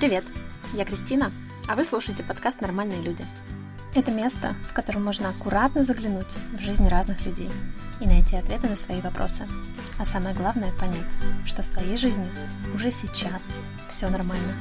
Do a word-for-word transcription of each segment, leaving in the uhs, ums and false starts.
Привет, я Кристина, а вы слушаете подкаст «Нормальные люди». Это место, в котором можно аккуратно заглянуть в жизнь разных людей и найти ответы на свои вопросы. А самое главное — понять, что с твоей жизнью уже сейчас все нормально.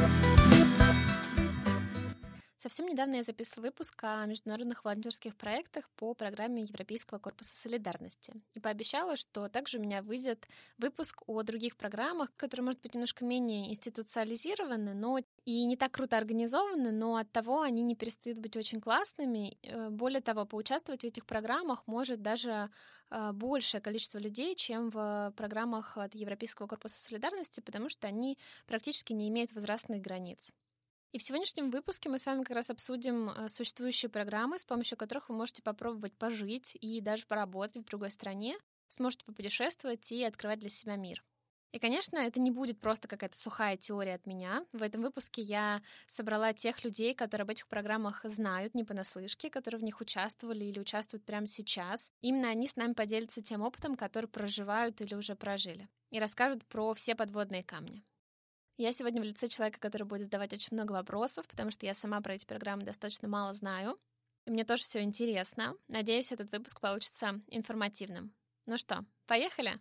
Совсем недавно я записывала выпуск о международных волонтерских проектах по программе Европейского корпуса солидарности. И пообещала, что также у меня выйдет выпуск о других программах, которые, может быть, немножко менее институциализированы, но и не так круто организованы, но оттого они не перестают быть очень классными. Более того, поучаствовать в этих программах может даже большее количество людей, чем в программах от Европейского корпуса солидарности, потому что они практически не имеют возрастных границ. И в сегодняшнем выпуске мы с вами как раз обсудим существующие программы, с помощью которых вы можете попробовать пожить и даже поработать в другой стране, сможете попутешествовать и открывать для себя мир. И, конечно, это не будет просто какая-то сухая теория от меня. В этом выпуске я собрала тех людей, которые об этих программах знают не понаслышке, которые в них участвовали или участвуют прямо сейчас. Именно они с нами поделятся тем опытом, который проживают или уже прожили, и расскажут про все подводные камни. Я сегодня в лице человека, который будет задавать очень много вопросов, потому что я сама про эти программы достаточно мало знаю. И мне тоже все интересно. Надеюсь, этот выпуск получится информативным. Ну что, поехали?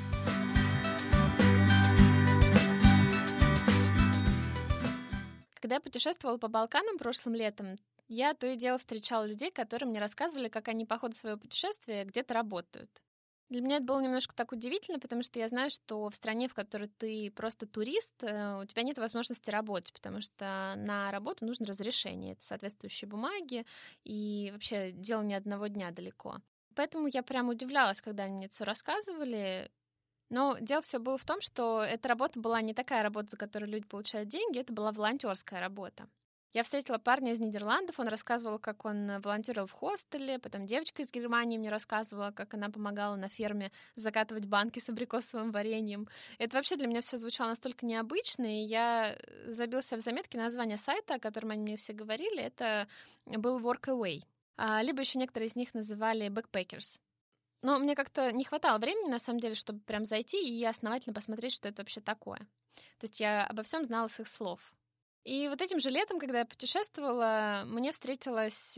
Когда я путешествовала по Балканам прошлым летом, я то и дело встречала людей, которые мне рассказывали, как они по ходу своего путешествия где-то работают. Для меня это было немножко так удивительно, потому что я знаю, что в стране, в которой ты просто турист, у тебя нет возможности работать, потому что на работу нужно разрешение, это соответствующие бумаги, и вообще дело не одного дня далеко. Поэтому я прям удивлялась, когда они мне это все рассказывали. Но дело все было в том, что эта работа была не такая работа, за которую люди получают деньги, это была волонтерская работа. Я встретила парня из Нидерландов, он рассказывал, как он волонтерил в хостеле, потом девочка из Германии мне рассказывала, как она помогала на ферме закатывать банки с абрикосовым вареньем. Это вообще для меня все звучало настолько необычно, и я забился в заметки название сайта, о котором они мне все говорили, это был Workaway. Либо еще некоторые из них называли Backpackers. Но мне как-то не хватало времени, на самом деле, чтобы прям зайти и основательно посмотреть, что это вообще такое. То есть я обо всем знала с их слов. И вот этим же летом, когда я путешествовала, мне встретилась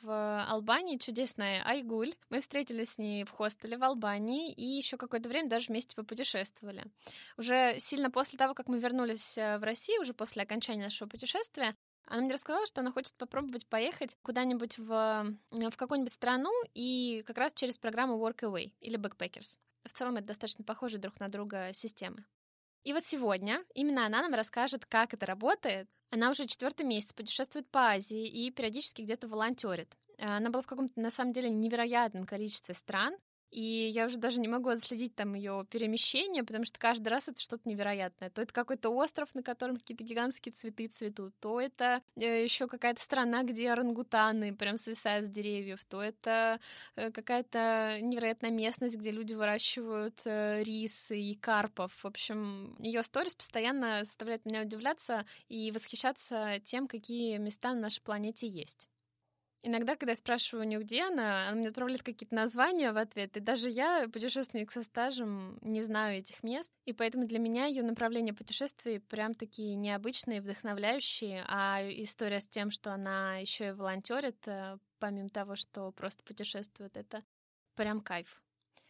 в Албании чудесная Айгуль. Мы встретились с ней в хостеле в Албании и еще какое-то время даже вместе попутешествовали. Уже сильно после того, как мы вернулись в Россию, уже после окончания нашего путешествия, она мне рассказала, что она хочет попробовать поехать куда-нибудь в, в какую-нибудь страну и как раз через программу Workaway или Backpackers. В целом это достаточно похожие друг на друга системы. И вот сегодня именно она нам расскажет, как это работает. Она уже четвертый месяц путешествует по Азии и периодически где-то волонтерит. Она была в каком-то, на самом деле, невероятном количестве стран, и я уже даже не могу отследить там ее перемещение, потому что каждый раз это что-то невероятное. То это какой-то остров, на котором какие-то гигантские цветы цветут, то это еще какая-то страна, где орангутаны прям свисают с деревьев, то это какая-то невероятная местность, где люди выращивают рис и карпов. В общем, ее сторис постоянно заставляет меня удивляться и восхищаться тем, какие места на нашей планете есть. Иногда, когда я спрашиваю у нее, где она, она мне отправляет какие-то названия в ответ, и даже я, путешественник со стажем, не знаю этих мест, и поэтому для меня ее направление путешествий прям такие необычные, вдохновляющие, а история с тем, что она еще и волонтерит, помимо того, что просто путешествует, это прям кайф.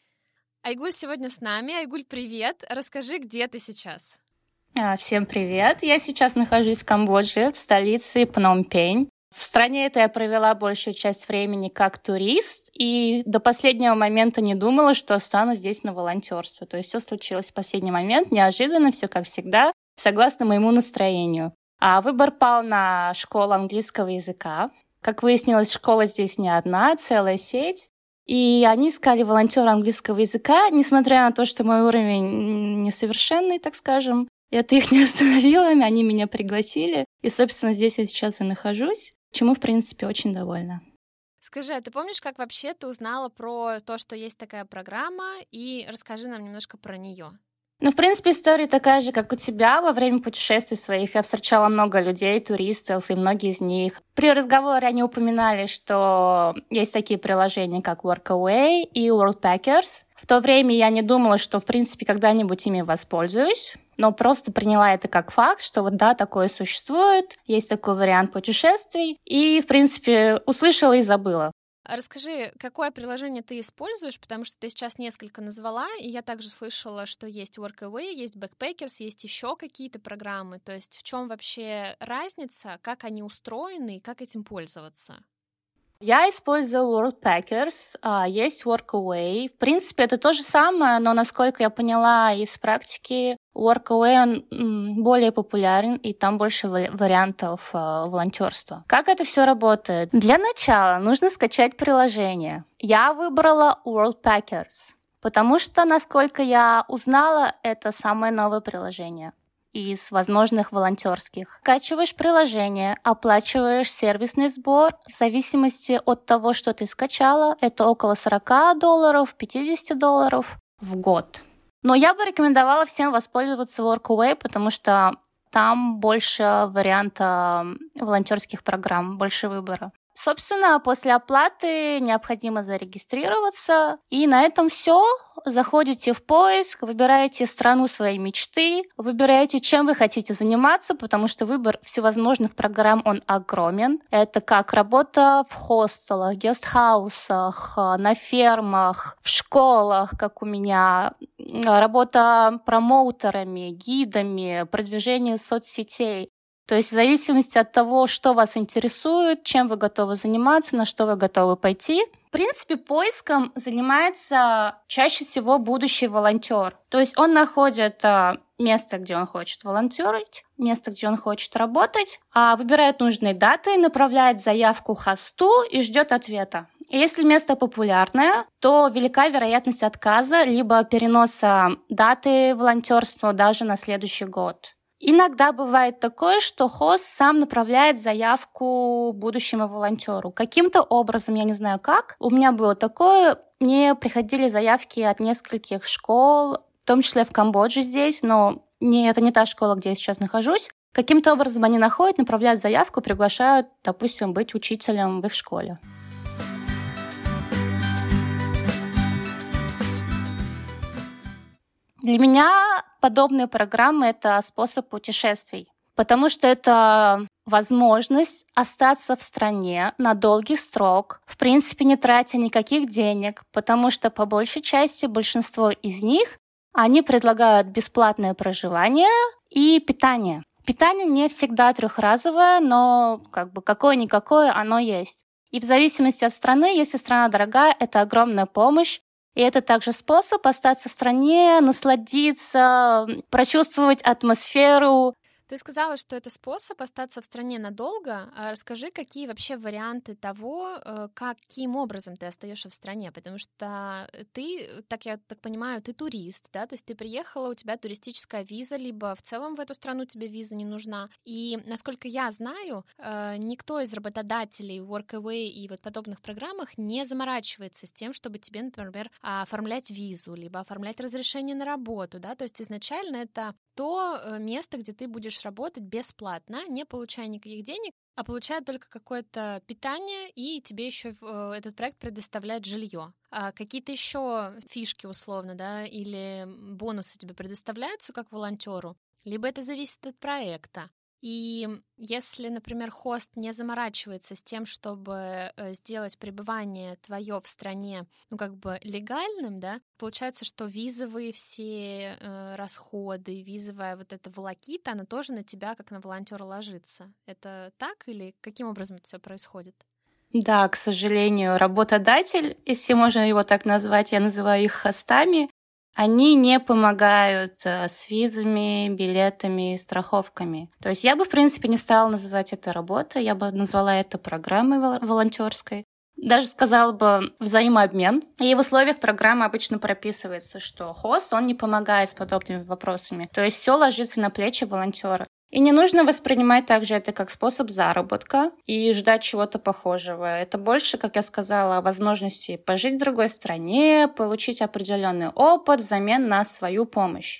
Айгуль сегодня с нами. Айгуль, привет! Расскажи, где ты сейчас? Всем привет! Я сейчас нахожусь в Камбодже, в столице Пномпень. В стране этой я провела большую часть времени как турист, и до последнего момента не думала, что останусь здесь на волонтерство. То есть все случилось в последний момент, неожиданно, все как всегда, согласно моему настроению. А выбор пал на школу английского языка. Как выяснилось, школа здесь не одна, целая сеть. И они искали волонтера английского языка, несмотря на то, что мой уровень несовершенный, так скажем. Это их не остановило, они меня пригласили. И, собственно, здесь я сейчас и нахожусь, чему, в принципе, очень довольна. Скажи, а ты помнишь, как вообще ты узнала про то, что есть такая программа, и расскажи нам немножко про нее? Ну, в принципе, история такая же, как у тебя. Во время путешествий своих я встречала много людей, туристов, и многие из них при разговоре они упоминали, что есть такие приложения, как Workaway и Worldpackers. В то время я не думала, что, в принципе, когда-нибудь ими воспользуюсь. но просто приняла это как факт, что вот да, такое существует, есть такой вариант путешествий, и, в принципе, услышала и забыла. Расскажи, какое приложение ты используешь, потому что ты сейчас несколько назвала, и я также слышала, что есть Workaway, есть Backpackers, есть еще какие-то программы. То есть в чем вообще разница, как они устроены и как этим пользоваться? Я использую Worldpackers, а есть Workaway. В принципе, это то же самое, но, насколько я поняла из практики, Workaway он более популярен, и там больше вариантов волонтерства. Как это все работает? Для начала нужно скачать приложение. Я выбрала Worldpackers, потому что, насколько я узнала, это самое новое приложение из возможных волонтерских. Скачиваешь приложение, оплачиваешь сервисный сбор. В зависимости от того, что ты скачала, это около сорок долларов, пятьдесят долларов в год. Но я бы рекомендовала всем воспользоваться Workaway, потому что там больше варианта волонтерских программ, больше выбора. Собственно, после оплаты необходимо зарегистрироваться, и на этом все. Заходите в поиск, выбираете страну своей мечты, выбираете, чем вы хотите заниматься, потому что выбор всевозможных программ, он огромен. Это как работа в хостелах, гестхаусах, на фермах, в школах, как у меня, работа промоутерами, гидами, продвижение соцсетей. То есть в зависимости от того, что вас интересует, чем вы готовы заниматься, на что вы готовы пойти. В принципе, поиском занимается чаще всего будущий волонтер. То есть он находит место, где он хочет волонтерить, место, где он хочет работать, выбирает нужные даты, направляет заявку хосту и ждет ответа. И если место популярное, то велика вероятность отказа либо переноса даты волонтерства даже на следующий год. Иногда бывает такое, что хост сам направляет заявку будущему волонтеру. Каким-то образом, я не знаю как, у меня было такое, мне приходили заявки от нескольких школ, в том числе в Камбодже здесь, но не, это не та школа, где я сейчас нахожусь. Каким-то образом они находят, направляют заявку, приглашают, допустим, быть учителем в их школе. Для меня подобные программы — это способ путешествий, потому что это возможность остаться в стране на долгий срок, в принципе, не тратя никаких денег, потому что по большей части большинство из них, они предлагают бесплатное проживание и питание. Питание не всегда трехразовое, но как бы какое-никакое оно есть. И в зависимости от страны, если страна дорогая, это огромная помощь. И это также способ остаться в стране, насладиться, прочувствовать атмосферу. Ты сказала, что это способ остаться в стране надолго. А расскажи, какие вообще варианты того, каким образом ты остаешься в стране, потому что ты, так я так понимаю, ты турист, да, то есть ты приехала, у тебя туристическая виза, либо в целом в эту страну тебе виза не нужна. И, насколько я знаю, никто из работодателей в Workaway и вот подобных программах не заморачивается с тем, чтобы тебе, например, оформлять визу, либо оформлять разрешение на работу, да, то есть изначально это то место, где ты будешь работать бесплатно, не получая никаких денег, а получая только какое-то питание, и тебе еще этот проект предоставляет жилье. А какие-то еще фишки условно, да, или бонусы тебе предоставляются как волонтеру, либо это зависит от проекта. И если, например, хост не заморачивается с тем, чтобы сделать пребывание твое в стране, ну, как бы легальным, да, получается, что визовые все э, расходы, визовая вот эта волокита, она тоже на тебя, как на волонтера, ложится. Это так или каким образом это все происходит? Да, к сожалению, работодатель, если можно его так назвать, я называю их хостами, они не помогают с визами, билетами, страховками. То есть я бы, в принципе, не стала называть это работой, я бы назвала это программой волонтерской. Даже сказала бы взаимообмен. И в условиях программы обычно прописывается, что хост, он не помогает с подобными вопросами. То есть все ложится на плечи волонтера. И не нужно воспринимать также это как способ заработка и ждать чего-то похожего. Это больше, как я сказала, о возможности пожить в другой стране, получить определенный опыт взамен на свою помощь.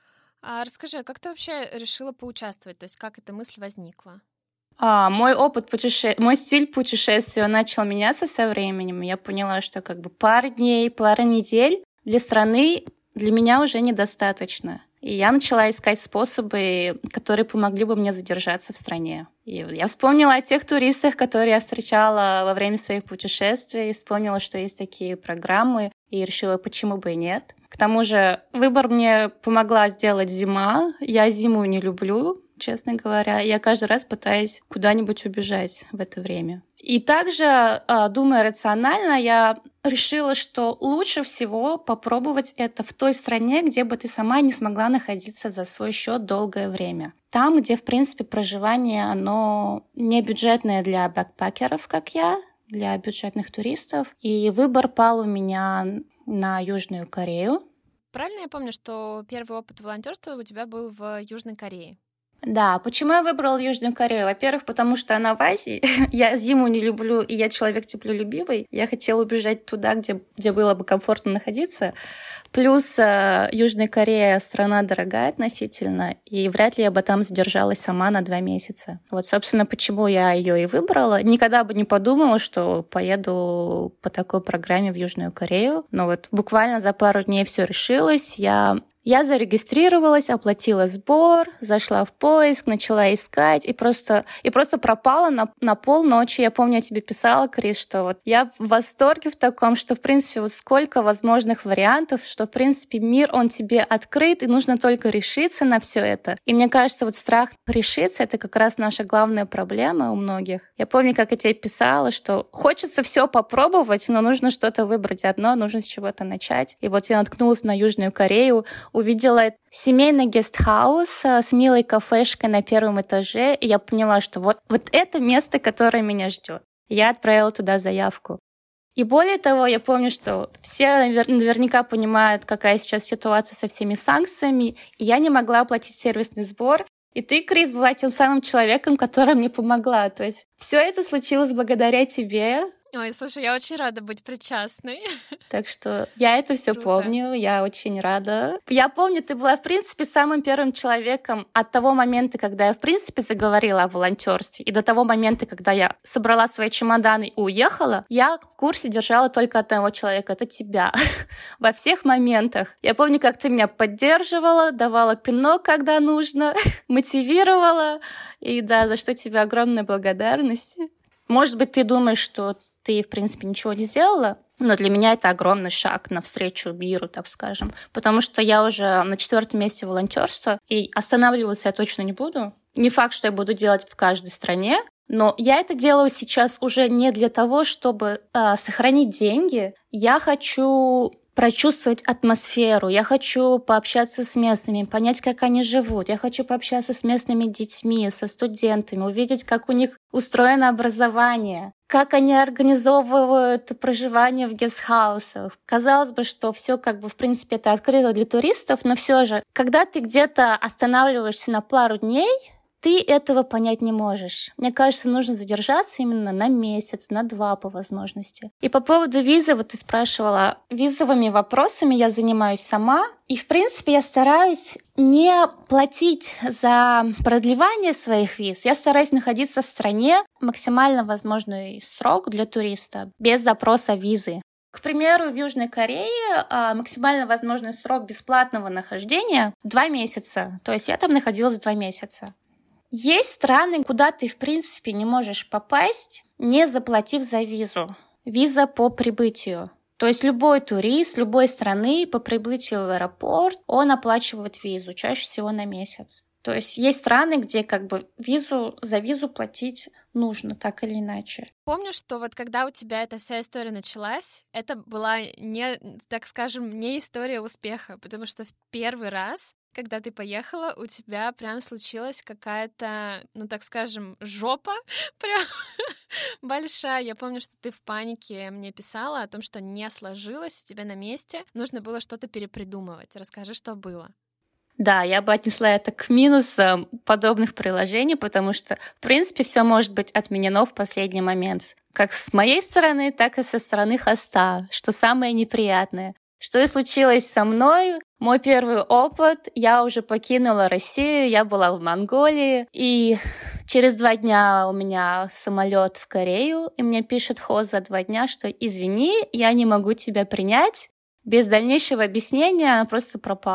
А расскажи, как ты вообще решила поучаствовать? То есть как эта мысль возникла? А, мой опыт путеше... мой стиль путешествия начал меняться со временем. Я поняла, что как бы пара дней, пара недель для страны для меня уже недостаточно. И я начала искать способы, которые помогли бы мне задержаться в стране. И я вспомнила о тех туристах, которые я встречала во время своих путешествий, вспомнила, что есть такие программы, и решила, почему бы и нет. К тому же выбор мне помогла сделать зима. Я зиму не люблю, честно говоря. Я каждый раз пытаюсь куда-нибудь убежать в это время. И также, думая рационально, я решила, что лучше всего попробовать это в той стране, где бы ты сама не смогла находиться за свой счет долгое время. Там, где, в принципе, проживание, оно не бюджетное для бэкпакеров, как я, для бюджетных туристов. И выбор пал у меня на Южную Корею. Правильно я помню, что первый опыт волонтерства у тебя был в Южной Корее? Да, почему я выбрала Южную Корею? Во-первых, потому что она в Азии. Я зиму не люблю, и я человек теплолюбивый. Я хотела убежать туда, где, где было бы комфортно находиться. Плюс э, Южная Корея — страна дорогая относительно, и вряд ли я бы там задержалась сама на два месяца. Вот, собственно, почему я ее и выбрала. Никогда бы не подумала, что поеду по такой программе в Южную Корею. Но вот буквально за пару дней все решилось. Я... Я зарегистрировалась, оплатила сбор, зашла в поиск, начала искать и просто, и просто пропала на, на полночи. Я помню, я тебе писала, Крис, что вот я в восторге в таком, что, в принципе, вот сколько возможных вариантов, что, в принципе, мир, он тебе открыт, и нужно только решиться на все это. И мне кажется, вот страх решиться — это как раз наша главная проблема у многих. Я помню, как я тебе писала, что хочется все попробовать, но нужно что-то выбрать одно, нужно с чего-то начать. И вот я наткнулась на Южную Корею, увидела семейный гестхаус с милой кафешкой на первом этаже, и я поняла, что вот, вот это место, которое меня ждет. Я отправила туда заявку. И более того, я помню, что все наверняка понимают, какая сейчас ситуация со всеми санкциями, и я не могла оплатить сервисный сбор. И ты, Крис, была тем самым человеком, который мне помогла. То есть все это случилось благодаря тебе. Ой, слушай, я очень рада быть причастной. Так что я это все помню, я очень рада. Я помню, ты была, в принципе, самым первым человеком от того момента, когда я, в принципе, заговорила о волонтерстве, и до того момента, когда я собрала свои чемоданы и уехала, я в курсе держала только одного человека — это тебя. Во всех моментах. Я помню, как ты меня поддерживала, давала пинок, когда нужно, мотивировала, и да, за что тебе огромная благодарность. Может быть, ты думаешь, что ты, в принципе, ничего не сделала, но для меня это огромный шаг навстречу миру, так скажем. Потому что я уже на четвертом месте волонтерства, и останавливаться я точно не буду. Не факт, что я буду делать в каждой стране, но я это делаю сейчас уже не для того, чтобы э, сохранить деньги. Я хочу прочувствовать атмосферу, я хочу пообщаться с местными, понять, как они живут. Я хочу пообщаться с местными детьми, со студентами, увидеть, как у них устроено образование, как они организовывают проживание в гестхаусах. Казалось бы, что все как бы в принципе это открыто для туристов, но все же, когда ты где-то останавливаешься на пару дней, ты этого понять не можешь. Мне кажется, нужно задержаться именно на месяц, на два по возможности. И по поводу визы, вот ты спрашивала, визовыми вопросами я занимаюсь сама. И, в принципе, я стараюсь не платить за продлевание своих виз. Я стараюсь находиться в стране максимально возможный срок для туриста, без запроса визы. К примеру, в Южной Корее максимально возможный срок бесплатного нахождения — два месяца. То есть я там находилась два месяца. Есть страны, куда ты, в принципе, не можешь попасть, не заплатив за визу. Виза по прибытию. То есть любой турист любой страны по прибытию в аэропорт, он оплачивает визу, чаще всего на месяц. То есть есть страны, где как бы визу, за визу платить нужно, так или иначе. Помню, что вот когда у тебя эта вся история началась, это была не, так скажем, не история успеха, потому что в первый раз, когда ты поехала, у тебя прям случилась какая-то, ну так скажем, жопа прям большая. Я помню, что ты в панике мне писала о том, что не сложилось, тебе на месте нужно было что-то перепридумывать. Расскажи, что было. Да, я бы отнесла это к минусам подобных приложений, потому что, в принципе, все может быть отменено в последний момент. Как с моей стороны, так и со стороны хоста, что самое неприятное. Что и случилось со мной, мой первый опыт, я уже покинула Россию, я была в Монголии, и через два дня у меня самолет в Корею, и мне пишет хост за два дня, что извини, я не могу тебя принять. Без дальнейшего объяснения она просто пропала.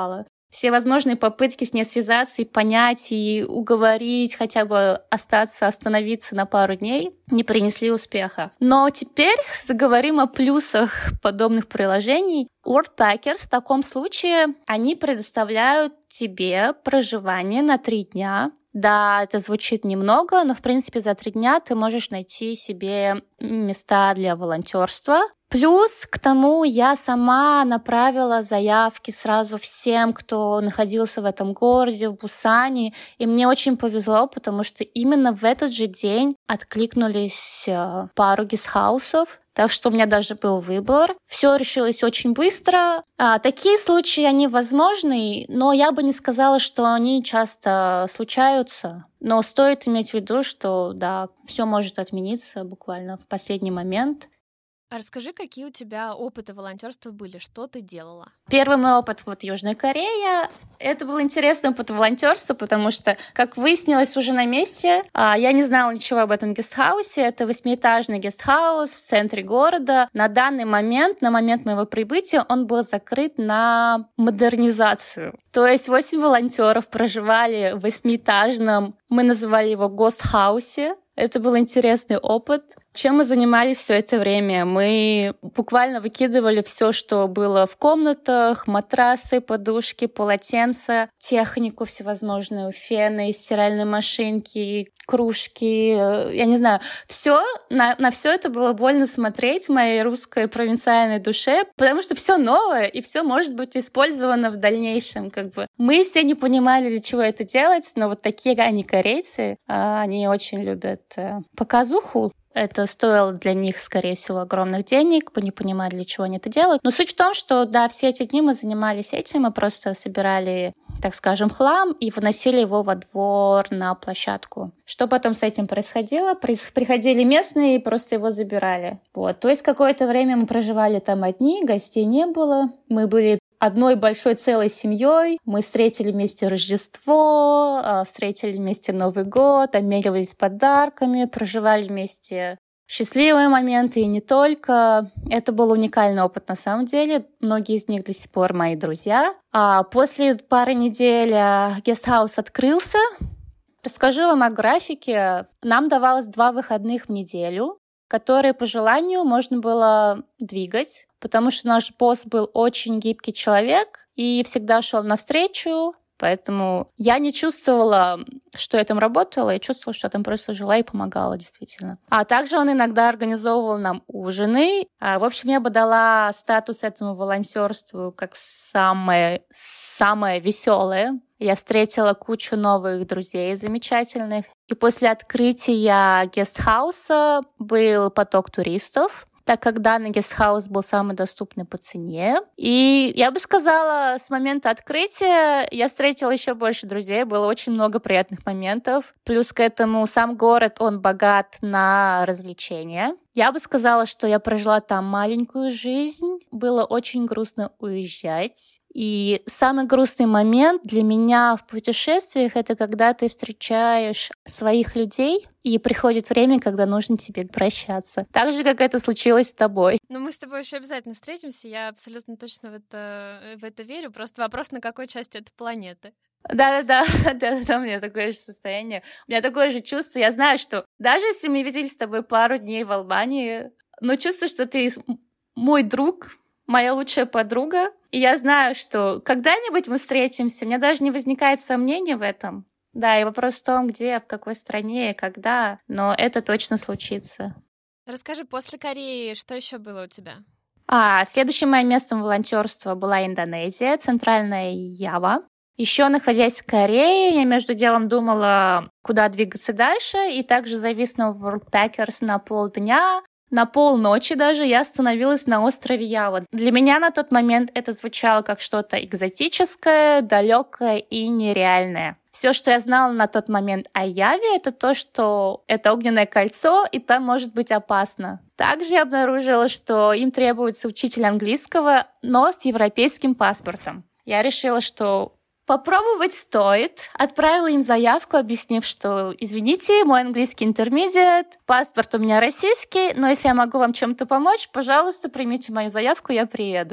Все возможные попытки с ней связаться и понять, и уговорить, хотя бы остаться, остановиться на пару дней, не принесли успеха. Но теперь заговорим о плюсах подобных приложений. Worldpackers в таком случае, они предоставляют тебе проживание на три дня. Да, это звучит немного, но, в принципе, за три дня ты можешь найти себе места для волонтерства. Плюс к тому я сама направила заявки сразу всем, кто находился в этом городе, в Пусане. И мне очень повезло, потому что именно в этот же день откликнулись пару гестхаусов. Так что у меня даже был выбор. Все решилось очень быстро. А, такие случаи, они возможны, но я бы не сказала, что они часто случаются. Но стоит иметь в виду, что да, все может отмениться буквально в последний момент. А расскажи, какие у тебя опыты волонтерства были, что ты делала? Первый мой опыт вот Южная Корея. Это был интересный опыт волонтерства, потому что, как выяснилось уже на месте, я не знала ничего об этом гестхаусе. Это восьмиэтажный гестхаус в центре города. На данный момент, на момент моего прибытия, он был закрыт на модернизацию. То есть восемь волонтеров проживали в восьмиэтажном, мы называли его гостхаусе. Это был интересный опыт. Чем мы занимались все это время? Мы буквально выкидывали все, что было в комнатах: матрасы, подушки, полотенца, технику всевозможную, фены, стиральные машинки, кружки. Я не знаю, все на, на все это было больно смотреть в моей русской провинциальной душе, потому что все новое и все может быть использовано в дальнейшем. Как бы мы все не понимали, для чего это делать, но вот такие они корейцы, они очень любят показуху. Это стоило для них, скорее всего, огромных денег, мы не понимали, для чего они это делают. Но суть в том, что, да, все эти дни мы занимались этим, мы просто собирали, так скажем, хлам и выносили его во двор на площадку. Что потом с этим происходило? Приходили местные и просто его забирали. Вот. То есть какое-то время мы проживали там одни, гостей не было. Мы были одной большой целой семьей. Мы встретили вместе Рождество, встретили вместе Новый год, обменивались подарками, проживали вместе счастливые моменты и не только. Это был уникальный опыт на самом деле. Многие из них до сих пор мои друзья. А после пары недель гестхаус открылся. Расскажу вам о графике. Нам давалось два выходных в неделю, которые по желанию можно было двигать, потому что наш босс был очень гибкий человек и всегда шел навстречу, поэтому я не чувствовала, что я там работала, я чувствовала, что я там просто жила и помогала, действительно. А также он иногда организовывал нам ужины. В общем, я бы дала статус этому волонтерству как самое, самое веселое. Я встретила кучу новых друзей замечательных. И после открытия гестхауса был поток туристов, так как данный гестхаус был самый доступный по цене. И я бы сказала, с момента открытия я встретила еще больше друзей, было очень много приятных моментов. Плюс к этому сам город, он богат на развлечения. Я бы сказала, что я прожила там маленькую жизнь. Было очень грустно уезжать. И самый грустный момент для меня в путешествиях — это когда ты встречаешь своих людей, и приходит время, когда нужно тебе прощаться. Так же, как это случилось с тобой. Ну, мы с тобой еще обязательно встретимся. Я абсолютно точно в это, в это верю. Просто вопрос, на какой части этой планеты. Да-да-да, да-да, у меня такое же состояние. У меня такое же чувство. Я знаю, что даже если мы виделись с тобой пару дней в Албании, но чувствую, что ты мой друг, моя лучшая подруга. И я знаю, что когда-нибудь мы встретимся. У меня даже не возникает сомнений в этом. Да, и вопрос в том, где, в какой стране и когда, но это точно случится. Расскажи, после Кореи что еще было у тебя? А, следующим моим местом волонтерства была Индонезия, центральная Ява. Еще находясь в Корее, я между делом думала, куда двигаться дальше, и также зависла в Worldpackers на полдня. На полночи даже я остановилась на острове Ява. Для меня на тот момент это звучало как что-то экзотическое, далекое и нереальное. Все, что я знала на тот момент о Яве, это то, что это огненное кольцо, и там может быть опасно. Также я обнаружила, что им требуется учитель английского, но с европейским паспортом. Я решила, что попробовать стоит. Отправила им заявку, объяснив, что, извините, мой английский интермедиат, паспорт у меня российский, но если я могу вам чем-то помочь, пожалуйста, примите мою заявку, я приеду.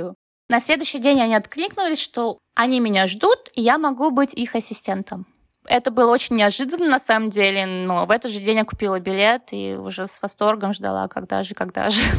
На следующий день они откликнулись, что они меня ждут, и я могу быть их ассистентом. Это было очень неожиданно, на самом деле, но в этот же день я купила билет и уже с восторгом ждала, когда же, когда же.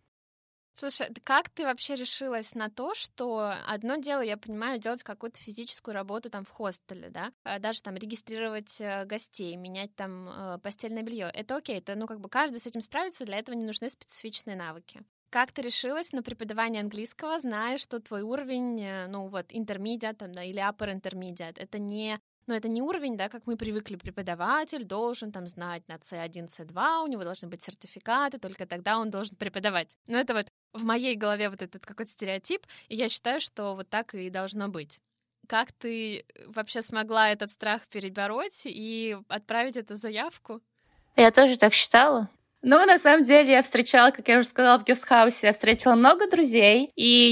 Слушай, как ты вообще решилась на то, что одно дело, я понимаю, делать какую-то физическую работу там в хостеле, да, даже там регистрировать гостей, менять там постельное белье. Это окей, это, ну, как бы каждый с этим справится, для этого не нужны специфичные навыки. Как ты решилась на преподавание английского, зная, что твой уровень, ну, вот, intermediate там, да, или upper intermediate, это не... Но это не уровень, да, как мы привыкли, преподаватель должен там знать на си один, си два, у него должны быть сертификаты, только тогда он должен преподавать. Но это вот в моей голове вот этот какой-то стереотип, и я считаю, что вот так и должно быть. Как ты вообще смогла этот страх перебороть и отправить эту заявку? Я тоже так считала. Ну, на самом деле, я встречала, как я уже сказала, в гестхаусе, я встретила много друзей, и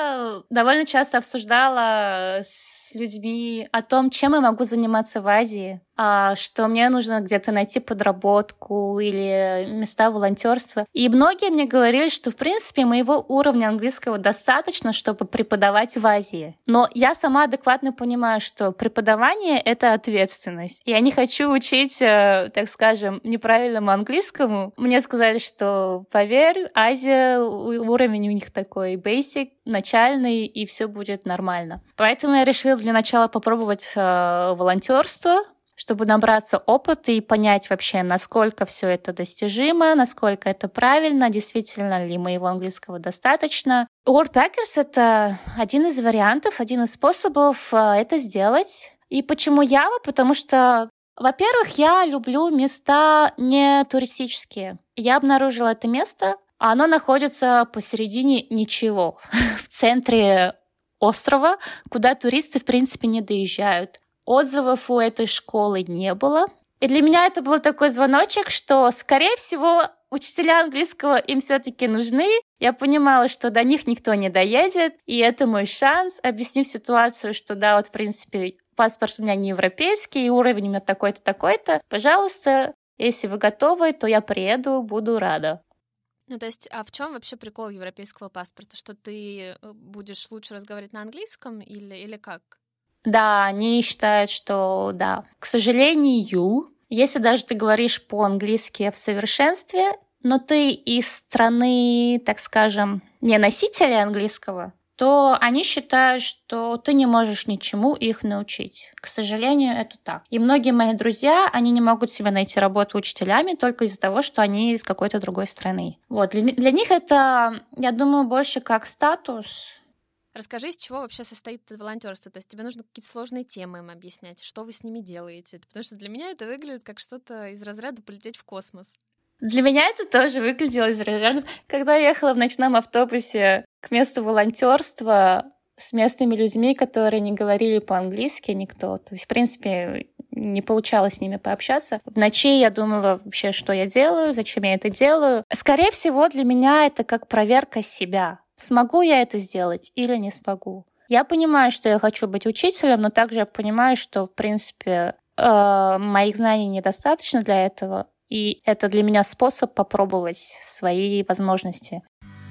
я довольно часто обсуждала с людьми о том, чем я могу заниматься в Азии, что мне нужно где-то найти подработку или места волонтерства. И многие мне говорили, что, в принципе, моего уровня английского достаточно, чтобы преподавать в Азии. Но я сама адекватно понимаю, что преподавание — это ответственность. Я не хочу учить, так скажем, неправильному английскому. Мне сказали, что, поверь, Азия, уровень у них такой basic, начальный, и все будет нормально. Поэтому я решила для начала попробовать э, волонтерство, чтобы набраться опыта и понять вообще, насколько все это достижимо, насколько это правильно, действительно ли моего английского достаточно. Worldpackers — это один из вариантов, один из способов это сделать. И почему Ява? Потому что, во-первых, я люблю места не туристические. Я обнаружила это место, а оно находится посередине ничего, в центре острова, куда туристы, в принципе, не доезжают. Отзывов у этой школы не было. И для меня это был такой звоночек, что, скорее всего, учителя английского им все-таки нужны. Я понимала, что до них никто не доедет, и это мой шанс, объяснив ситуацию, что да, вот, в принципе, паспорт у меня не европейский, и уровень у меня такой-то, такой-то. Пожалуйста, если вы готовы, то я приеду, буду рада. Ну, то есть, а в чем вообще прикол европейского паспорта? Что ты будешь лучше разговаривать на английском или, или как? Да, они считают, что да. К сожалению, если даже ты говоришь по-английски в совершенстве, но ты из страны, так скажем, не носителя английского, то они считают, что ты не можешь ничему их научить. К сожалению, это так. И многие мои друзья, они не могут себе найти работу учителями только из-за того, что они из какой-то другой страны. Вот. Для, для них это, я думаю, больше как статус. Расскажи, из чего вообще состоит это волонтерство? То есть тебе нужно какие-то сложные темы им объяснять, что вы с ними делаете? Потому что для меня это выглядит как что-то из разряда полететь в космос. Для меня это тоже выглядело из разряда. Когда я ехала в ночном автобусе к месту волонтерства с местными людьми, которые не говорили по-английски никто, то есть, в принципе, не получалось с ними пообщаться. В ночи я думала вообще, что я делаю, зачем я это делаю. Скорее всего, для меня это как проверка себя. Смогу я это сделать или не смогу? Я понимаю, что я хочу быть учителем, но также я понимаю, что, в принципе, э, моих знаний недостаточно для этого, и это для меня способ попробовать свои возможности.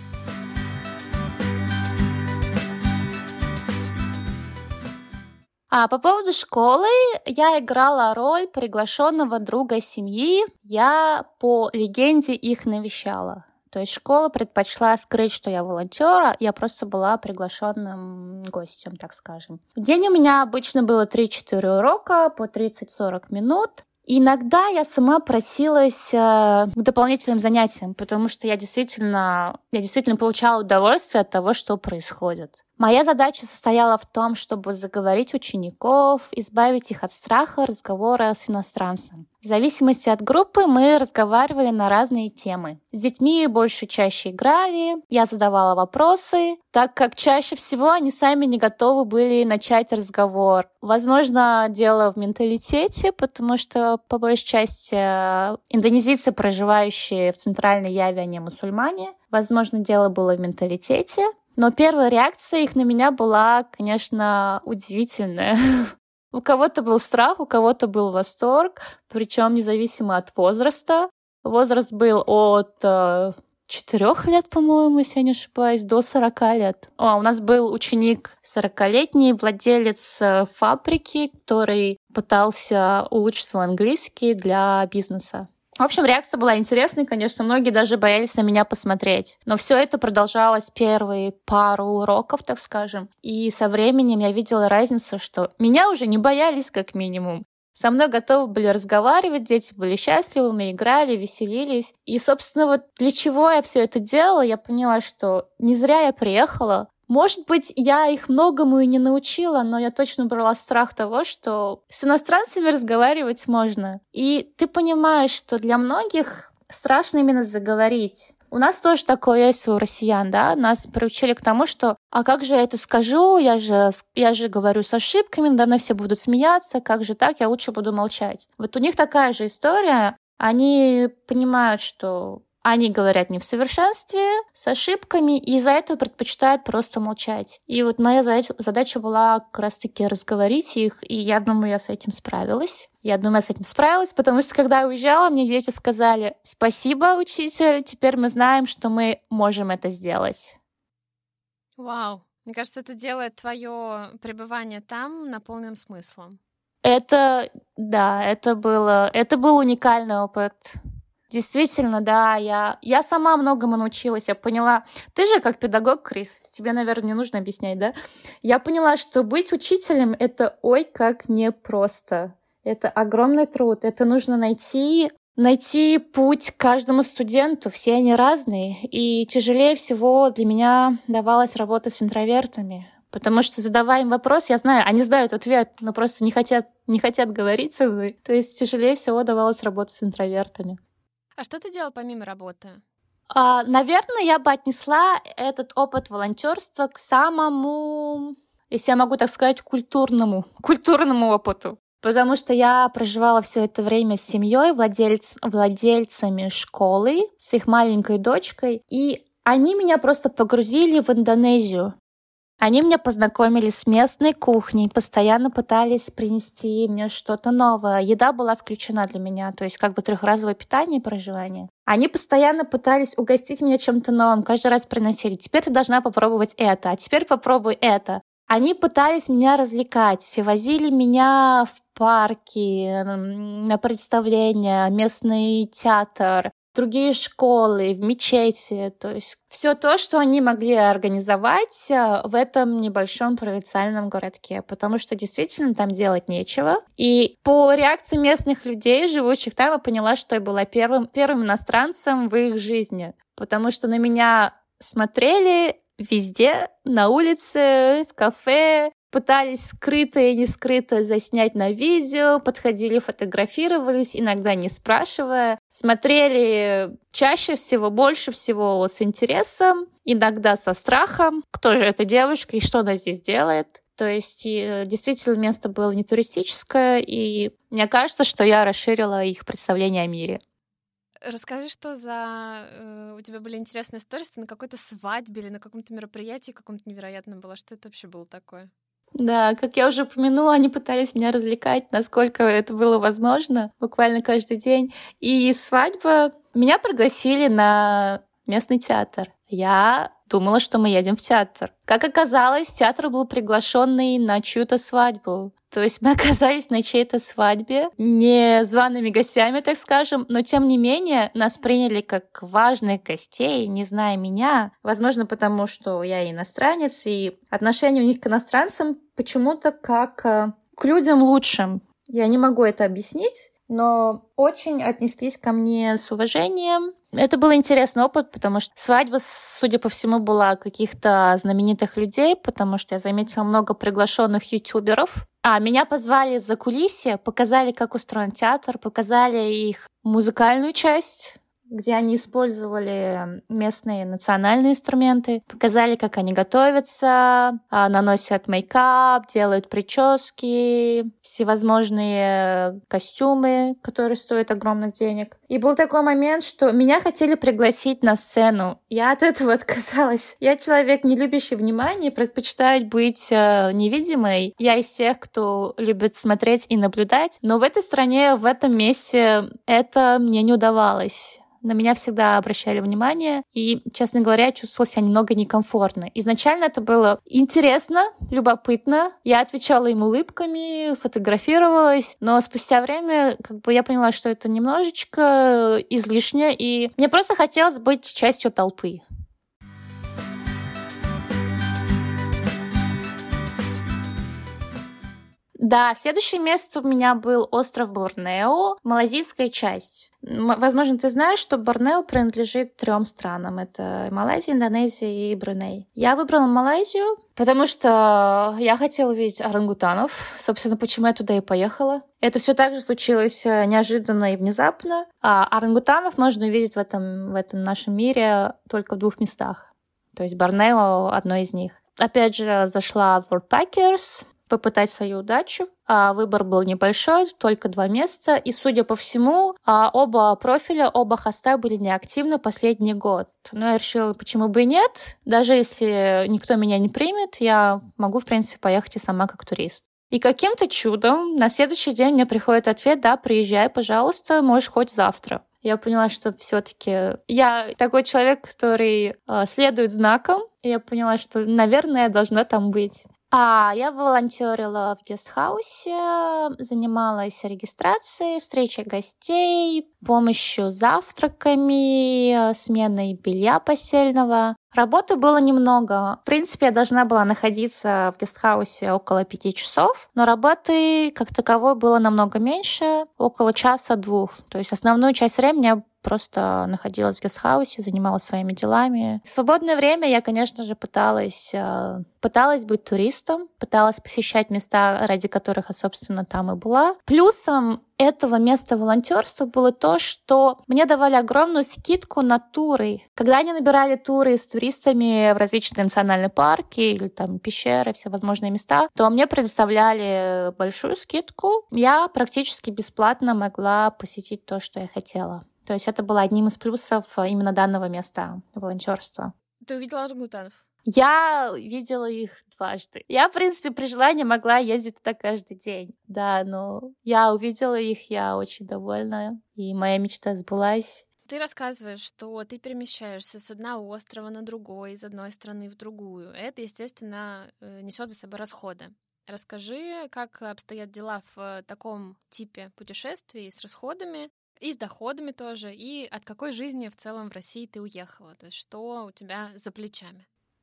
А по поводу школы, я играла роль приглашенного друга семьи. Я по легенде их навещала. То есть школа предпочла скрыть, что я волонтер, я просто была приглашенным гостем, так скажем. В день у меня обычно было три-четыре урока по тридцать-сорок минут. И иногда я сама просилась к дополнительным занятиям, потому что я действительно, я действительно получала удовольствие от того, что происходит. Моя задача состояла в том, чтобы заговорить учеников, избавить их от страха разговора с иностранцем. В зависимости от группы мы разговаривали на разные темы. С детьми больше чаще играли, я задавала вопросы, так как чаще всего они сами не готовы были начать разговор. Возможно, дело в менталитете, потому что, по большей части, индонезийцы, проживающие в Центральной Яве, они мусульмане. Возможно, дело было в менталитете. Но первая реакция их на меня была, конечно, удивительная. У кого-то был страх, у кого-то был восторг, причем независимо от возраста. Возраст был от четырех лет, по-моему, если я не ошибаюсь, до сорока лет. О, у нас был ученик сорокалетний, владелец фабрики, который пытался улучшить свой английский для бизнеса. В общем, реакция была интересной, конечно, многие даже боялись на меня посмотреть. Но все это продолжалось первые пару уроков, так скажем. И со временем я видела разницу, что меня уже не боялись, как минимум. Со мной готовы были разговаривать, дети были счастливы, мы играли, веселились. И, собственно, вот для чего я все это делала, я поняла, что не зря я приехала. Может быть, я их многому и не научила, но я точно брала страх того, что с иностранцами разговаривать можно. И ты понимаешь, что для многих страшно именно заговорить. У нас тоже такое есть у россиян, да, нас приучили к тому, что «а как же я это скажу, я же, я же говорю с ошибками, надо мной все будут смеяться, как же так, я лучше буду молчать». Вот у них такая же история, они понимают, что они говорят не в совершенстве, с ошибками, и из-за этого предпочитают просто молчать. И вот моя задача, задача была как раз-таки разговорить их, и я думаю, я с этим справилась. Я думаю, я с этим справилась, потому что, когда я уезжала, мне дети сказали: «Спасибо, учитель, теперь мы знаем, что мы можем это сделать». Вау! Мне кажется, это делает твое пребывание там наполненным смыслом. Это, да, это было, это был уникальный опыт. Действительно, да, я, я сама многому научилась, я поняла. Ты же как педагог, Крис, тебе, наверное, не нужно объяснять, да? Я поняла, что быть учителем — это ой как непросто. Это огромный труд, это нужно найти, найти путь каждому студенту, все они разные. И тяжелее всего для меня давалась работа с интровертами. Потому что, задавая им вопрос, я знаю, они знают ответ, но просто не хотят, не хотят говорить со мной. То есть тяжелее всего давалась работа с интровертами. А что ты делал помимо работы? А, наверное, я бы отнесла этот опыт волонтерства к самому, если я могу так сказать, культурному, культурному опыту. Потому что я проживала все это время с семьей, владельц, владельцами школы, с их маленькой дочкой, и они меня просто погрузили в Индонезию. Они меня познакомили с местной кухней, постоянно пытались принести мне что-то новое. Еда была включена для меня, то есть как бы трехразовое питание и проживание. Они постоянно пытались угостить меня чем-то новым, каждый раз приносили: «Теперь ты должна попробовать это, а теперь попробуй это». Они пытались меня развлекать, возили меня в парки, на представления, местный театр, другие школы, в мечети. То есть все то, что они могли организовать в этом небольшом провинциальном городке, потому что действительно там делать нечего. И по реакции местных людей, живущих там, я поняла, что я была первым, первым иностранцем в их жизни, потому что на меня смотрели везде, на улице, в кафе, пытались скрыто и не скрыто заснять на видео, подходили, фотографировались, иногда не спрашивая, смотрели чаще всего, больше всего с интересом, иногда со страхом, кто же эта девушка и что она здесь делает. То есть действительно место было не туристическое, и мне кажется, что я расширила их представление о мире. Расскажи, что за... э, у тебя были интересные истории, ты на какой-то свадьбе или на каком-то мероприятии каком-то невероятном была. Что это вообще было такое? Да, как я уже упомянула, они пытались меня развлекать, насколько это было возможно, буквально каждый день. И свадьба... Меня пригласили на местный театр. Я думала, что мы едем в театр. Как оказалось, театр был приглашенный на чью-то свадьбу. То есть мы оказались на чьей-то свадьбе, не зваными гостями, так скажем, но тем не менее нас приняли как важных гостей, не зная меня. Возможно, потому что я иностранец, и отношение у них к иностранцам почему-то как к людям лучшим. Я не могу это объяснить, но очень отнеслись ко мне с уважением. Это был интересный опыт, потому что свадьба, судя по всему, была каких-то знаменитых людей, потому что я заметила много приглашенных ютуберов. А меня позвали за кулисье, показали, как устроен театр, показали их музыкальную часть, где они использовали местные национальные инструменты, показали, как они готовятся, наносят мейкап, делают прически, всевозможные костюмы, которые стоят огромных денег. И был такой момент, что меня хотели пригласить на сцену. Я от этого отказалась. Я человек, не любящий внимания, предпочитаю быть невидимой. Я из тех, кто любит смотреть и наблюдать. Но в этой стране, в этом месте это мне не удавалось. На меня всегда обращали внимание, и, честно говоря, я чувствовала себя немного некомфортно. Изначально это было интересно, любопытно. Я отвечала им улыбками, фотографировалась, но спустя время как бы я поняла, что это немножечко излишне, и мне просто хотелось быть частью толпы. Да, следующее место у меня был остров Борнео, малайзийская часть. Возможно, ты знаешь, что Борнео принадлежит трем странам. Это Малайзия, Индонезия и Бруней. Я выбрала Малайзию, потому что я хотела увидеть орангутанов. Собственно, почему я туда и поехала. Это все также случилось неожиданно и внезапно. А орангутанов можно увидеть в этом, в этом нашем мире только в двух местах. То есть Борнео — одно из них. Опять же, зашла в Worldpackers попытать свою удачу. А выбор был небольшой, только два места. И, судя по всему, оба профиля, оба хоста были неактивны последний год. Но я решила, почему бы и нет. Даже если никто меня не примет, я могу, в принципе, поехать и сама как турист. И каким-то чудом на следующий день мне приходит ответ: да, приезжай, пожалуйста, можешь хоть завтра. Я поняла, что все-таки я такой человек, который э, следует знакам. И я поняла, что, наверное, я должна там быть. А я волонтерила в гестхаусе, занималась регистрацией, встречей гостей, помощью завтраками, сменой белья постельного. Работы было немного. В принципе, я должна была находиться в гестхаусе около пяти часов, но работы как таковой было намного меньше, около часа-двух. То есть основную часть времени я просто находилась в гестхаусе, занималась своими делами. В свободное время я, конечно же, пыталась, пыталась быть туристом, пыталась посещать места, ради которых я, собственно, там и была. Плюсом этого места волонтерства было то, что мне давали огромную скидку на туры. Когда они набирали туры с туристами в различные национальные парки или там пещеры, всевозможные места, то мне предоставляли большую скидку. Я практически бесплатно могла посетить то, что я хотела. То есть это было одним из плюсов именно данного места волонтерства. Ты увидела орангутанов? Я видела их дважды. Я, в принципе, при желании могла ездить туда каждый день. Да, но я увидела их, я очень довольна, и моя мечта сбылась. Ты рассказываешь, что ты перемещаешься с одного острова на другой, из одной страны в другую. Это, естественно, несет за собой расходы. Расскажи, как обстоят дела в таком типе путешествий с расходами, и с доходами тоже, и от какой жизни в целом в России ты уехала? То есть что у тебя за плечами?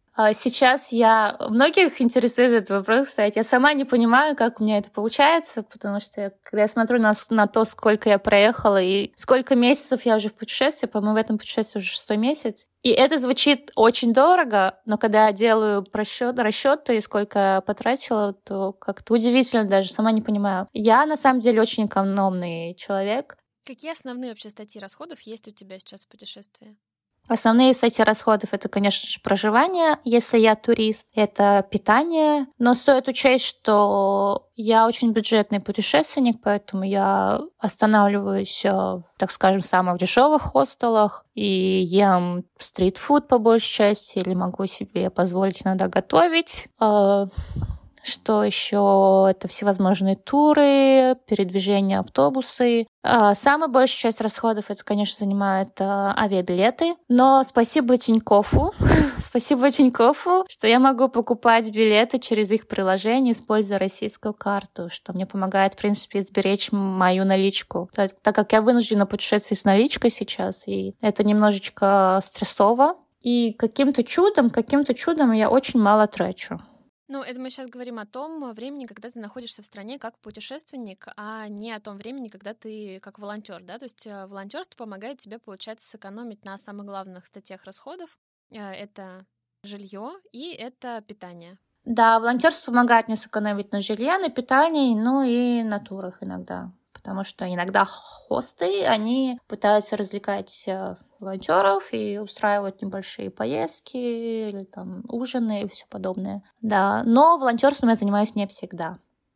Сейчас я... Многих интересует этот вопрос, кстати. Я сама не понимаю, как у меня это получается, потому что я, когда я смотрю на, на то, сколько я проехала и сколько месяцев я уже в путешествии, по-моему, в этом путешествии уже шестой месяц, и это звучит очень дорого, но когда я делаю просчёт, расчёты, сколько я потратила, то как-то удивительно даже, сама не понимаю. Я, на самом деле, очень экономный человек. Какие основные вообще статьи расходов есть у тебя сейчас в путешествии? Основные статьи расходов — это, конечно же, проживание, если я турист, это питание. Но стоит учесть, что я очень бюджетный путешественник, поэтому я останавливаюсь, так скажем, в самых дешевых хостелах и ем стритфуд по большей части, или могу себе позволить иногда готовить. Что еще? Это всевозможные туры, передвижения, автобусы. Самая большая часть расходов, это, конечно, занимает авиабилеты. Но спасибо Тинькову, спасибо Тинькову, что я могу покупать билеты через их приложение, используя российскую карту, что мне помогает, в принципе, сберечь мою наличку. Так, так как я вынуждена путешествовать с наличкой сейчас, и это немножечко стрессово. И каким-то чудом, каким-то чудом я очень мало трачу. Ну, это мы сейчас говорим о том времени, когда ты находишься в стране как путешественник, а не о том времени, когда ты как волонтер, да? То есть волонтерство помогает тебе, получается, сэкономить на самых главных статьях расходов. Это жилье и это питание. Да, волонтерство помогает мне сэкономить на жилье, на питании, ну и на турах иногда. Потому что иногда хосты, они пытаются развлекать волонтеров и устраивать небольшие поездки или там ужины и все подобное. Да, но волонтерством я занимаюсь не всегда.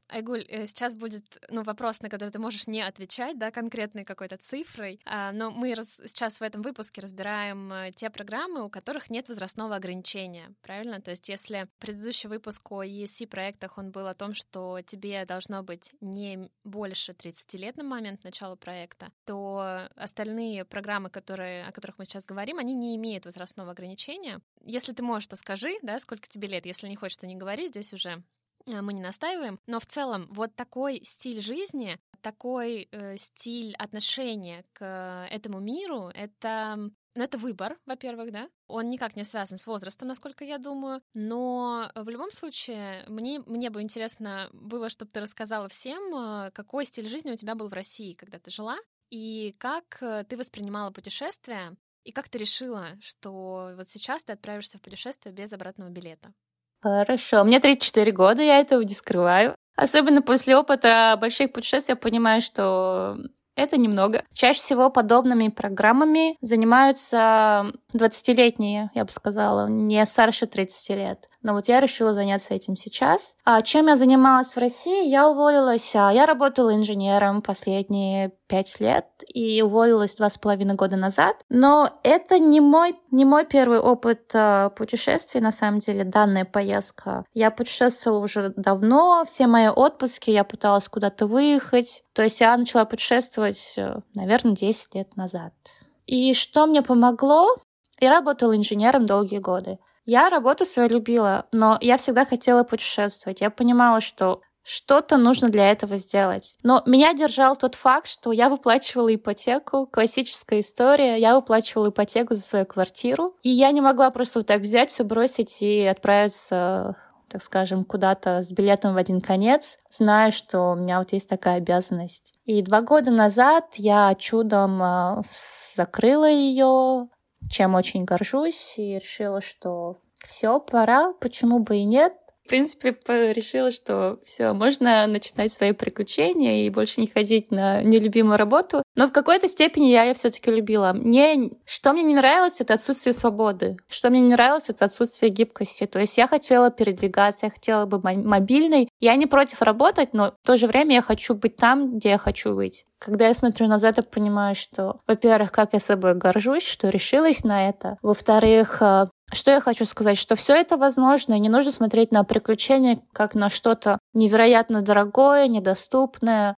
Айгуль, э, сейчас будет ну, вопрос, на который ты можешь не отвечать, да, конкретной какой-то цифрой, а, но мы раз, сейчас в этом выпуске разбираем э, те программы, у которых нет возрастного ограничения, правильно? То есть если предыдущий выпуск о и эс си-проектах, он был о том, что тебе должно быть не больше тридцати лет на момент начала проекта, то остальные программы, которые, о которых мы сейчас говорим, они не имеют возрастного ограничения. Если ты можешь, то скажи, да, сколько тебе лет. Если не хочешь, то не говори, здесь уже мы не настаиваем, но в целом вот такой стиль жизни, такой э, стиль отношения к этому миру, это, ну, это выбор, во-первых, да, он никак не связан с возрастом, насколько я думаю, но в любом случае мне, мне бы интересно было, чтобы ты рассказала всем, какой стиль жизни у тебя был в России, когда ты жила, и как ты воспринимала путешествия, и как ты решила, что вот сейчас ты отправишься в путешествие без обратного билета. Хорошо. Мне тридцать четыре года, я этого не скрываю. Особенно после опыта больших путешествий я понимаю, что это немного. Чаще всего подобными программами занимаются двадцатилетние, я бы сказала, не старше тридцати лет. Но вот я решила заняться этим сейчас. А чем я занималась в России? Я уволилась. Я работала инженером последние пять лет и уволилась два с половиной года назад. Но это не мой, не мой первый опыт путешествий, на самом деле, данная поездка. Я путешествовала уже давно, все мои отпуски я пыталась куда-то выехать. То есть я начала путешествовать, наверное, десять лет назад. И что мне помогло? Я работала инженером долгие годы. Я работу свою любила, но я всегда хотела путешествовать. Я понимала, что что-то нужно для этого сделать. Но меня держал тот факт, что я выплачивала ипотеку, классическая история. Я выплачивала ипотеку за свою квартиру, и я не могла просто вот так взять, все бросить и отправиться, так скажем, куда-то с билетом в один конец, зная, что у меня вот есть такая обязанность. И два года назад я чудом закрыла ее, чем очень горжусь, и решила, что все, пора, почему бы и нет. В принципе, решила, что все, можно начинать свои приключения и больше не ходить на нелюбимую работу. Но в какой-то степени я ее все-таки любила. Мне, что мне не нравилось, это отсутствие свободы. Что мне не нравилось, это отсутствие гибкости. То есть я хотела передвигаться, я хотела быть мобильной. Я не против работать, но в то же время я хочу быть там, где я хочу быть. Когда я смотрю назад, я понимаю, что, во-первых, как я собой горжусь, что решилась на это. Во-вторых, что я хочу сказать, что все это возможно, и не нужно смотреть на приключения как на что-то невероятно дорогое, недоступное.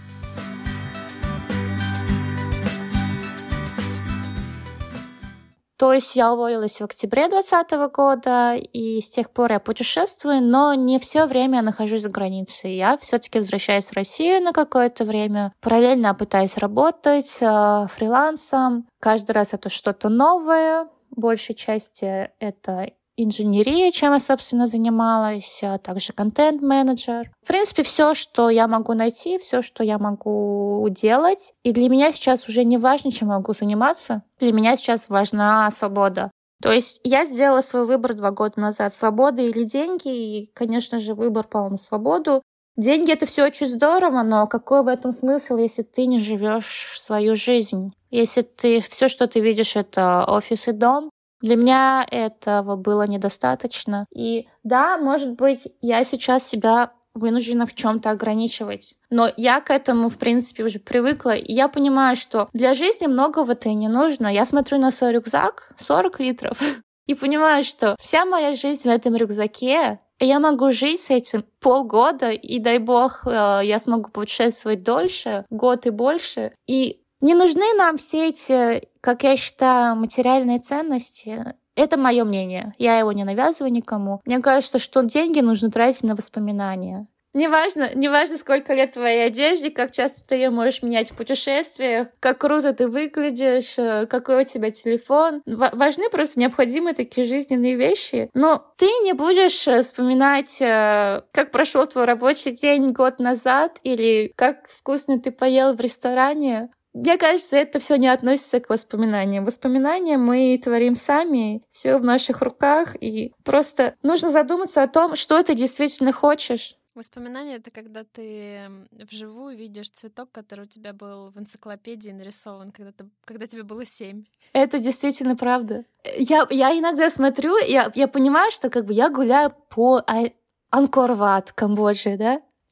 То есть я уволилась в октябре двадцатого года, и с тех пор я путешествую, но не все время я нахожусь за границей. Я все-таки возвращаюсь в Россию на какое-то время. Параллельно пытаюсь работать э, фрилансом. Каждый раз это что-то новое. Большей части это инженерия, чем я, собственно, занималась, а также контент-менеджер. В принципе, все, что я могу найти, все, что я могу делать. И для меня сейчас уже не важно, чем я могу заниматься. Для меня сейчас важна свобода. То есть я сделала свой выбор два года назад. Свобода или деньги? И, конечно же, выбор пал на свободу. Деньги — это все очень здорово, но какой в этом смысл, если ты не живешь свою жизнь? Если ты все, что ты видишь, это офис и дом? Для меня этого было недостаточно. И да, может быть, я сейчас себя вынуждена в чем-то ограничивать. Но я к этому, в принципе, уже привыкла. И я понимаю, что для жизни многого-то и не нужно. Я смотрю на свой рюкзак, сорок литров, и понимаю, что вся моя жизнь в этом рюкзаке. И я могу жить с этим полгода, и дай бог, я смогу путешествовать дольше, год и больше. И не нужны нам все эти, как я считаю, материальные ценности. Это мое мнение. Я его не навязываю никому. Мне кажется, что деньги нужно тратить на воспоминания. Неважно, неважно, сколько лет твоей одежде, как часто ты ее можешь менять в путешествиях, как круто ты выглядишь, какой у тебя телефон. В- важны просто необходимые такие жизненные вещи. Но ты не будешь вспоминать, как прошел твой рабочий день год назад или как вкусно ты поел в ресторане. Мне кажется, это все не относится к воспоминаниям. Воспоминания мы творим сами, все в наших руках, и просто нужно задуматься о том, что ты действительно хочешь. Воспоминания — это когда ты вживую видишь цветок, который у тебя был в энциклопедии нарисован, когда, ты, когда тебе было семь. Это действительно правда. Я, я иногда смотрю, я, я понимаю, что как бы я гуляю по Ангкор-Ват, Камбоджи, да?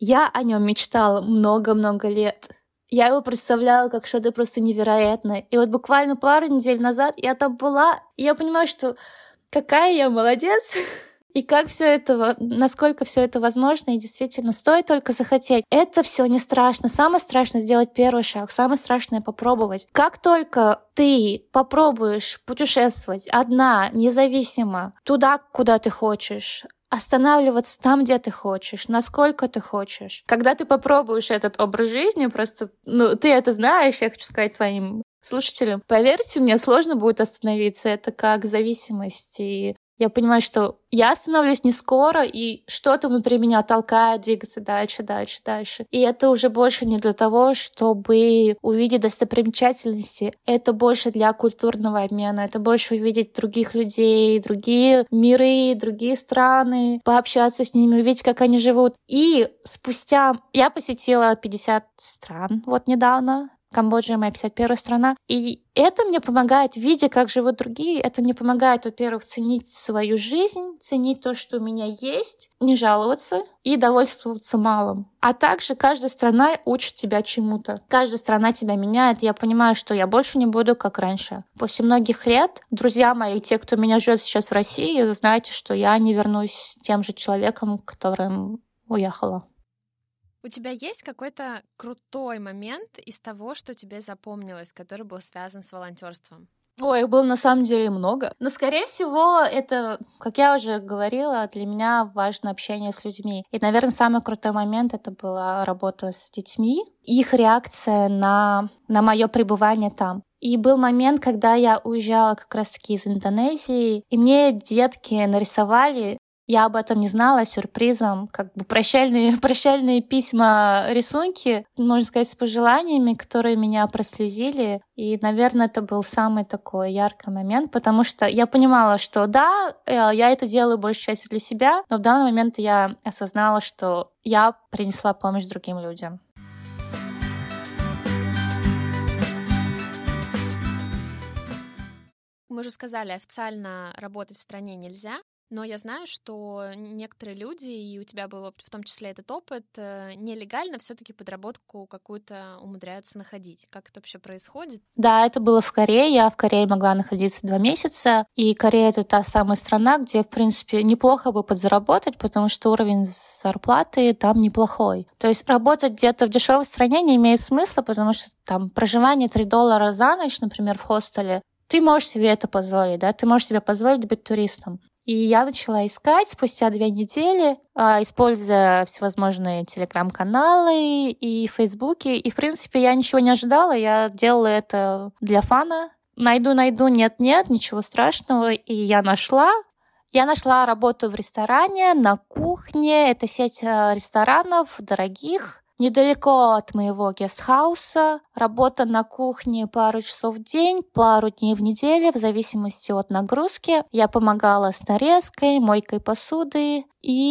Я о нем мечтала много-много лет. Я его представляла как что-то просто невероятное. И вот буквально пару недель назад я там была, и я понимаю, что какая я молодец, и как все это, насколько все это возможно, и действительно стоит только захотеть. Это все не страшно. Самое страшное — сделать первый шаг. Самое страшное — попробовать. Как только ты попробуешь путешествовать одна, независимо, туда, куда ты хочешь, останавливаться там, где ты хочешь, насколько ты хочешь. Когда ты попробуешь этот образ жизни, просто, ну, ты это знаешь, я хочу сказать твоим слушателям, поверьте мне, сложно будет остановиться. Это как зависимость. И я понимаю, что я остановлюсь не скоро, и что-то внутри меня толкает двигаться дальше, дальше, дальше. И это уже больше не для того, чтобы увидеть достопримечательности. Это больше для культурного обмена. Это больше увидеть других людей, другие миры, другие страны, пообщаться с ними, увидеть, как они живут. И спустя... Я посетила пятьдесят стран вот недавно. Камбоджа — моя пятьдесят первая страна. И это мне помогает, видя, как живут другие, это мне помогает, во-первых, ценить свою жизнь, ценить то, что у меня есть, не жаловаться и довольствоваться малым. А также каждая страна учит тебя чему-то. Каждая страна тебя меняет. Я понимаю, что я больше не буду, как раньше. После многих лет, друзья мои, те, кто меня ждет сейчас в России, знаете, что я не вернусь тем же человеком, которым уехала. У тебя есть какой-то крутой момент из того, что тебе запомнилось, который был связан с волонтерством? Ой, их было на самом деле много. Но, скорее всего, это, как я уже говорила, для меня важно общение с людьми. И, наверное, самый крутой момент — это была работа с детьми, их реакция на, на мое пребывание там. И был момент, когда я уезжала как раз-таки из Индонезии, и мне детки нарисовали, я об этом не знала, сюрпризом, как бы прощальные, прощальные письма, рисунки, можно сказать, с пожеланиями, которые меня прослезили. И, наверное, это был самый такой яркий момент, потому что я понимала, что да, я это делаю большей частью для себя, но в данный момент я осознала, что я принесла помощь другим людям. Мы уже сказали, официально работать в стране нельзя. Но я знаю, что некоторые люди, и у тебя был в том числе этот опыт, нелегально все-таки подработку какую-то умудряются находить. Как это вообще происходит? Да, это было в Корее. Я в Корее могла находиться два месяца. И Корея — это та самая страна, где, в принципе, неплохо бы подзаработать, потому что уровень зарплаты там неплохой. То есть работать где-то в дешевой стране не имеет смысла, потому что там проживание три доллара за ночь, например, в хостеле, ты можешь себе это позволить, да? Ты можешь себе позволить быть туристом. И я начала искать спустя две недели, используя всевозможные телеграм-каналы и фейсбуки. И, в принципе, я ничего не ожидала, я делала это для фана. Найду-найду, нет-нет, ничего страшного. И я нашла. Я нашла работу в ресторане, на кухне. Это сеть ресторанов дорогих, недалеко от моего гестхауса. Работа на кухне пару часов в день, пару дней в неделю, в зависимости от нагрузки. Я помогала с нарезкой, мойкой посуды.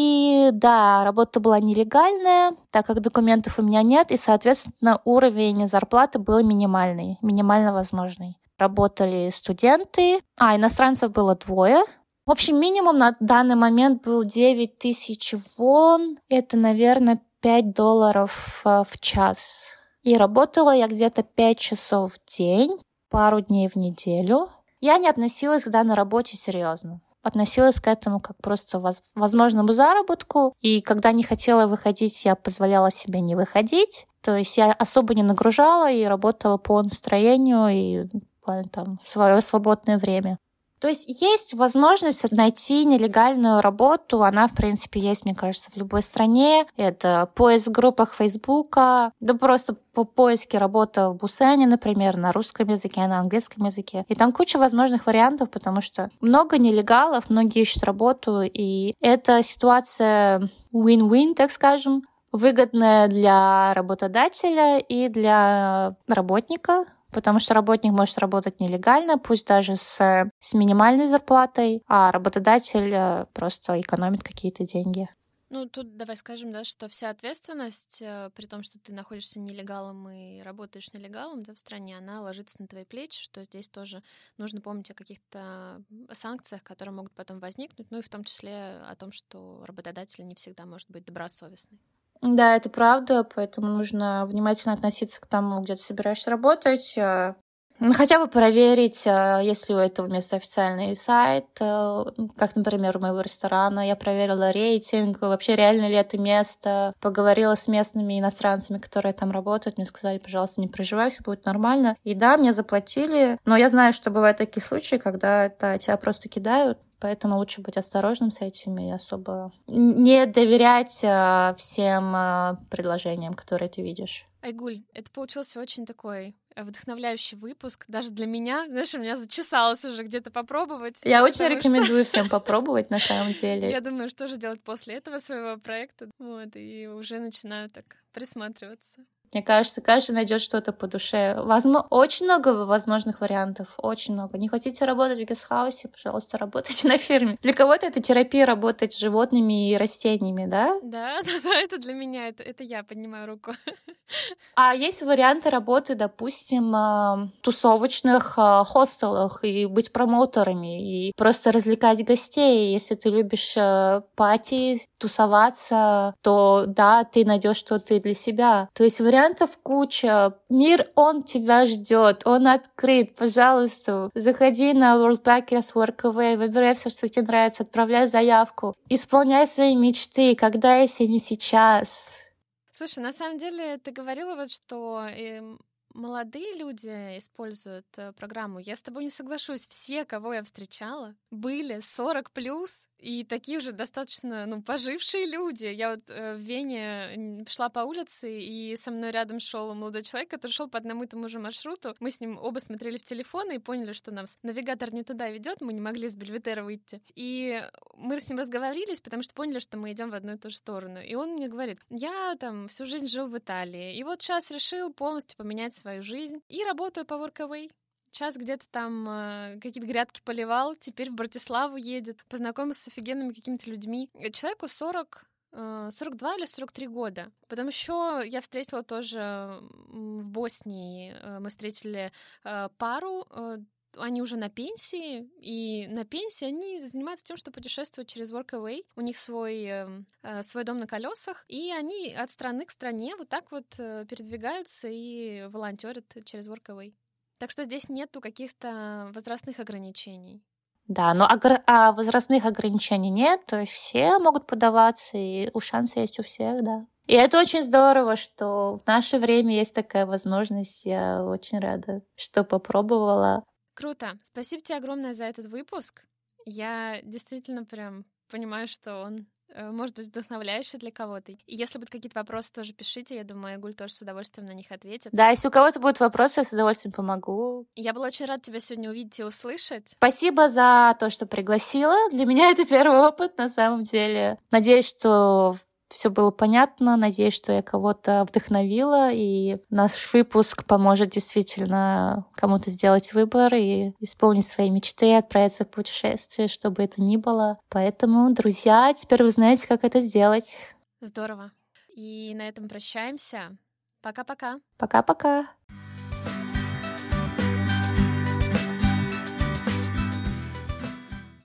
И да, работа была нелегальная, так как документов у меня нет, и, соответственно, уровень зарплаты был минимальный, минимально возможный. Работали студенты, а иностранцев было двое. В общем, минимум на данный момент был девять тысяч вон. Это, наверное, пять долларов в час. И работала я где-то пять часов в день, пару дней в неделю. Я не относилась к данной работе серьезно. Относилась к этому как просто воз- возможному заработку. И когда не хотела выходить, я позволяла себе не выходить. То есть я особо не нагружала и работала по настроению и там, в свое свободное время. То есть есть возможность найти нелегальную работу. Она, в принципе, есть, мне кажется, в любой стране. Это поиск в группах Фейсбука, да просто по поиске работы в Бусене, например, на русском языке, на английском языке. И там куча возможных вариантов, потому что много нелегалов, многие ищут работу, и это ситуация win-win, так скажем, выгодная для работодателя и для работника, потому что работник может работать нелегально, пусть даже с, с минимальной зарплатой, а работодатель просто экономит какие-то деньги. Ну, тут давай скажем, да, что вся ответственность, при том, что ты находишься нелегалом и работаешь нелегалом, да, в стране, она ложится на твои плечи, что здесь тоже нужно помнить о каких-то санкциях, которые могут потом возникнуть, ну и в том числе о том, что работодатель не всегда может быть добросовестный. Да, это правда, поэтому нужно внимательно относиться к тому, где ты собираешься работать. э, Ну, хотя бы проверить, э, есть ли у этого места официальный сайт, э, как, например, у моего ресторана. Я проверила рейтинг, вообще реально ли это место. Поговорила с местными иностранцами, которые там работают. Мне сказали, пожалуйста, не переживай, все будет нормально. И да, мне заплатили, но я знаю, что бывают такие случаи, когда это тебя просто кидают. Поэтому лучше быть осторожным с этим и особо не доверять э, всем э, предложениям, которые ты видишь. Айгуль, это получился очень такой вдохновляющий выпуск. Даже для меня, знаешь, у меня зачесалось уже где-то попробовать. Я очень потому рекомендую что всем попробовать, на самом деле. я думаю, что же делать после этого своего проекта. Вот, и уже начинаю так присматриваться. Мне кажется, каждый найдет что-то по душе. Возможно, очень много возможных вариантов, очень много. Не хотите работать в гестхаусе, пожалуйста, работайте на ферме. Для кого-то это терапия работать с животными и растениями, да? Да, да, да, это для меня, это, это я поднимаю руку. А есть варианты работы, допустим, э, в тусовочных э, хостелах и быть промоутерами, и просто развлекать гостей. Если ты любишь э, пати, тусоваться, то да, ты найдешь что-то и для себя. То есть вариантов куча. Мир, он тебя ждет, он открыт. Пожалуйста, заходи на Worldpackers Workaway, выбирай все, что тебе нравится, отправляй заявку, исполняй свои мечты, когда, если не сейчас. Слушай, на самом деле ты говорила вот, что эм, молодые люди используют э, программу. Я с тобой не соглашусь. Все, кого я встречала, были сорок плюс и такие уже достаточно, ну, пожившие люди. Я вот э, в Вене м, шла по улице, и со мной рядом шел молодой человек, который шел по одному и тому же маршруту. Мы с ним оба смотрели в телефоны и поняли, что нас навигатор не туда ведет, мы не могли с Бельветера выйти. И мы с ним разговорились, потому что поняли, что мы идем в одну и ту же сторону. И он мне говорит: я там всю жизнь жил в Италии, и вот сейчас решил полностью поменять свою жизнь и работаю по Workaway. Час где-то там э, какие-то грядки поливал, теперь в Братиславу едет, познакомился с офигенными какими-то людьми. Человеку сорок, э, сорок два или сорок три года. Потом еще я встретила тоже м, в Боснии, э, мы встретили э, пару, э, они уже на пенсии, и на пенсии они занимаются тем, что путешествуют через Workaway. У них свой, э, э, свой дом на колесах, и они от страны к стране вот так вот э, передвигаются и волонтерят через Workaway. Так что здесь нету каких-то возрастных ограничений. Да, но огр- а возрастных ограничений нет, то есть все могут подаваться, и у шансы есть у всех, да. И это очень здорово, что в наше время есть такая возможность. Я очень рада, что попробовала. Круто. Спасибо тебе огромное за этот выпуск. Я действительно прям понимаю, что он э, может быть вдохновляющий для кого-то. И если будут какие-то вопросы, тоже пишите. Я думаю, Гуль тоже с удовольствием на них ответит. Да, если у кого-то будут вопросы, я с удовольствием помогу. Я была очень рада тебя сегодня увидеть и услышать. Спасибо за то, что пригласила. Для меня это первый опыт, на самом деле. Надеюсь, что все было понятно. Надеюсь, что я кого-то вдохновила, и наш выпуск поможет действительно кому-то сделать выбор и исполнить свои мечты, отправиться в путешествие, что бы это ни было. Поэтому, друзья, теперь вы знаете, как это сделать. Здорово. И на этом прощаемся. Пока-пока. Пока-пока.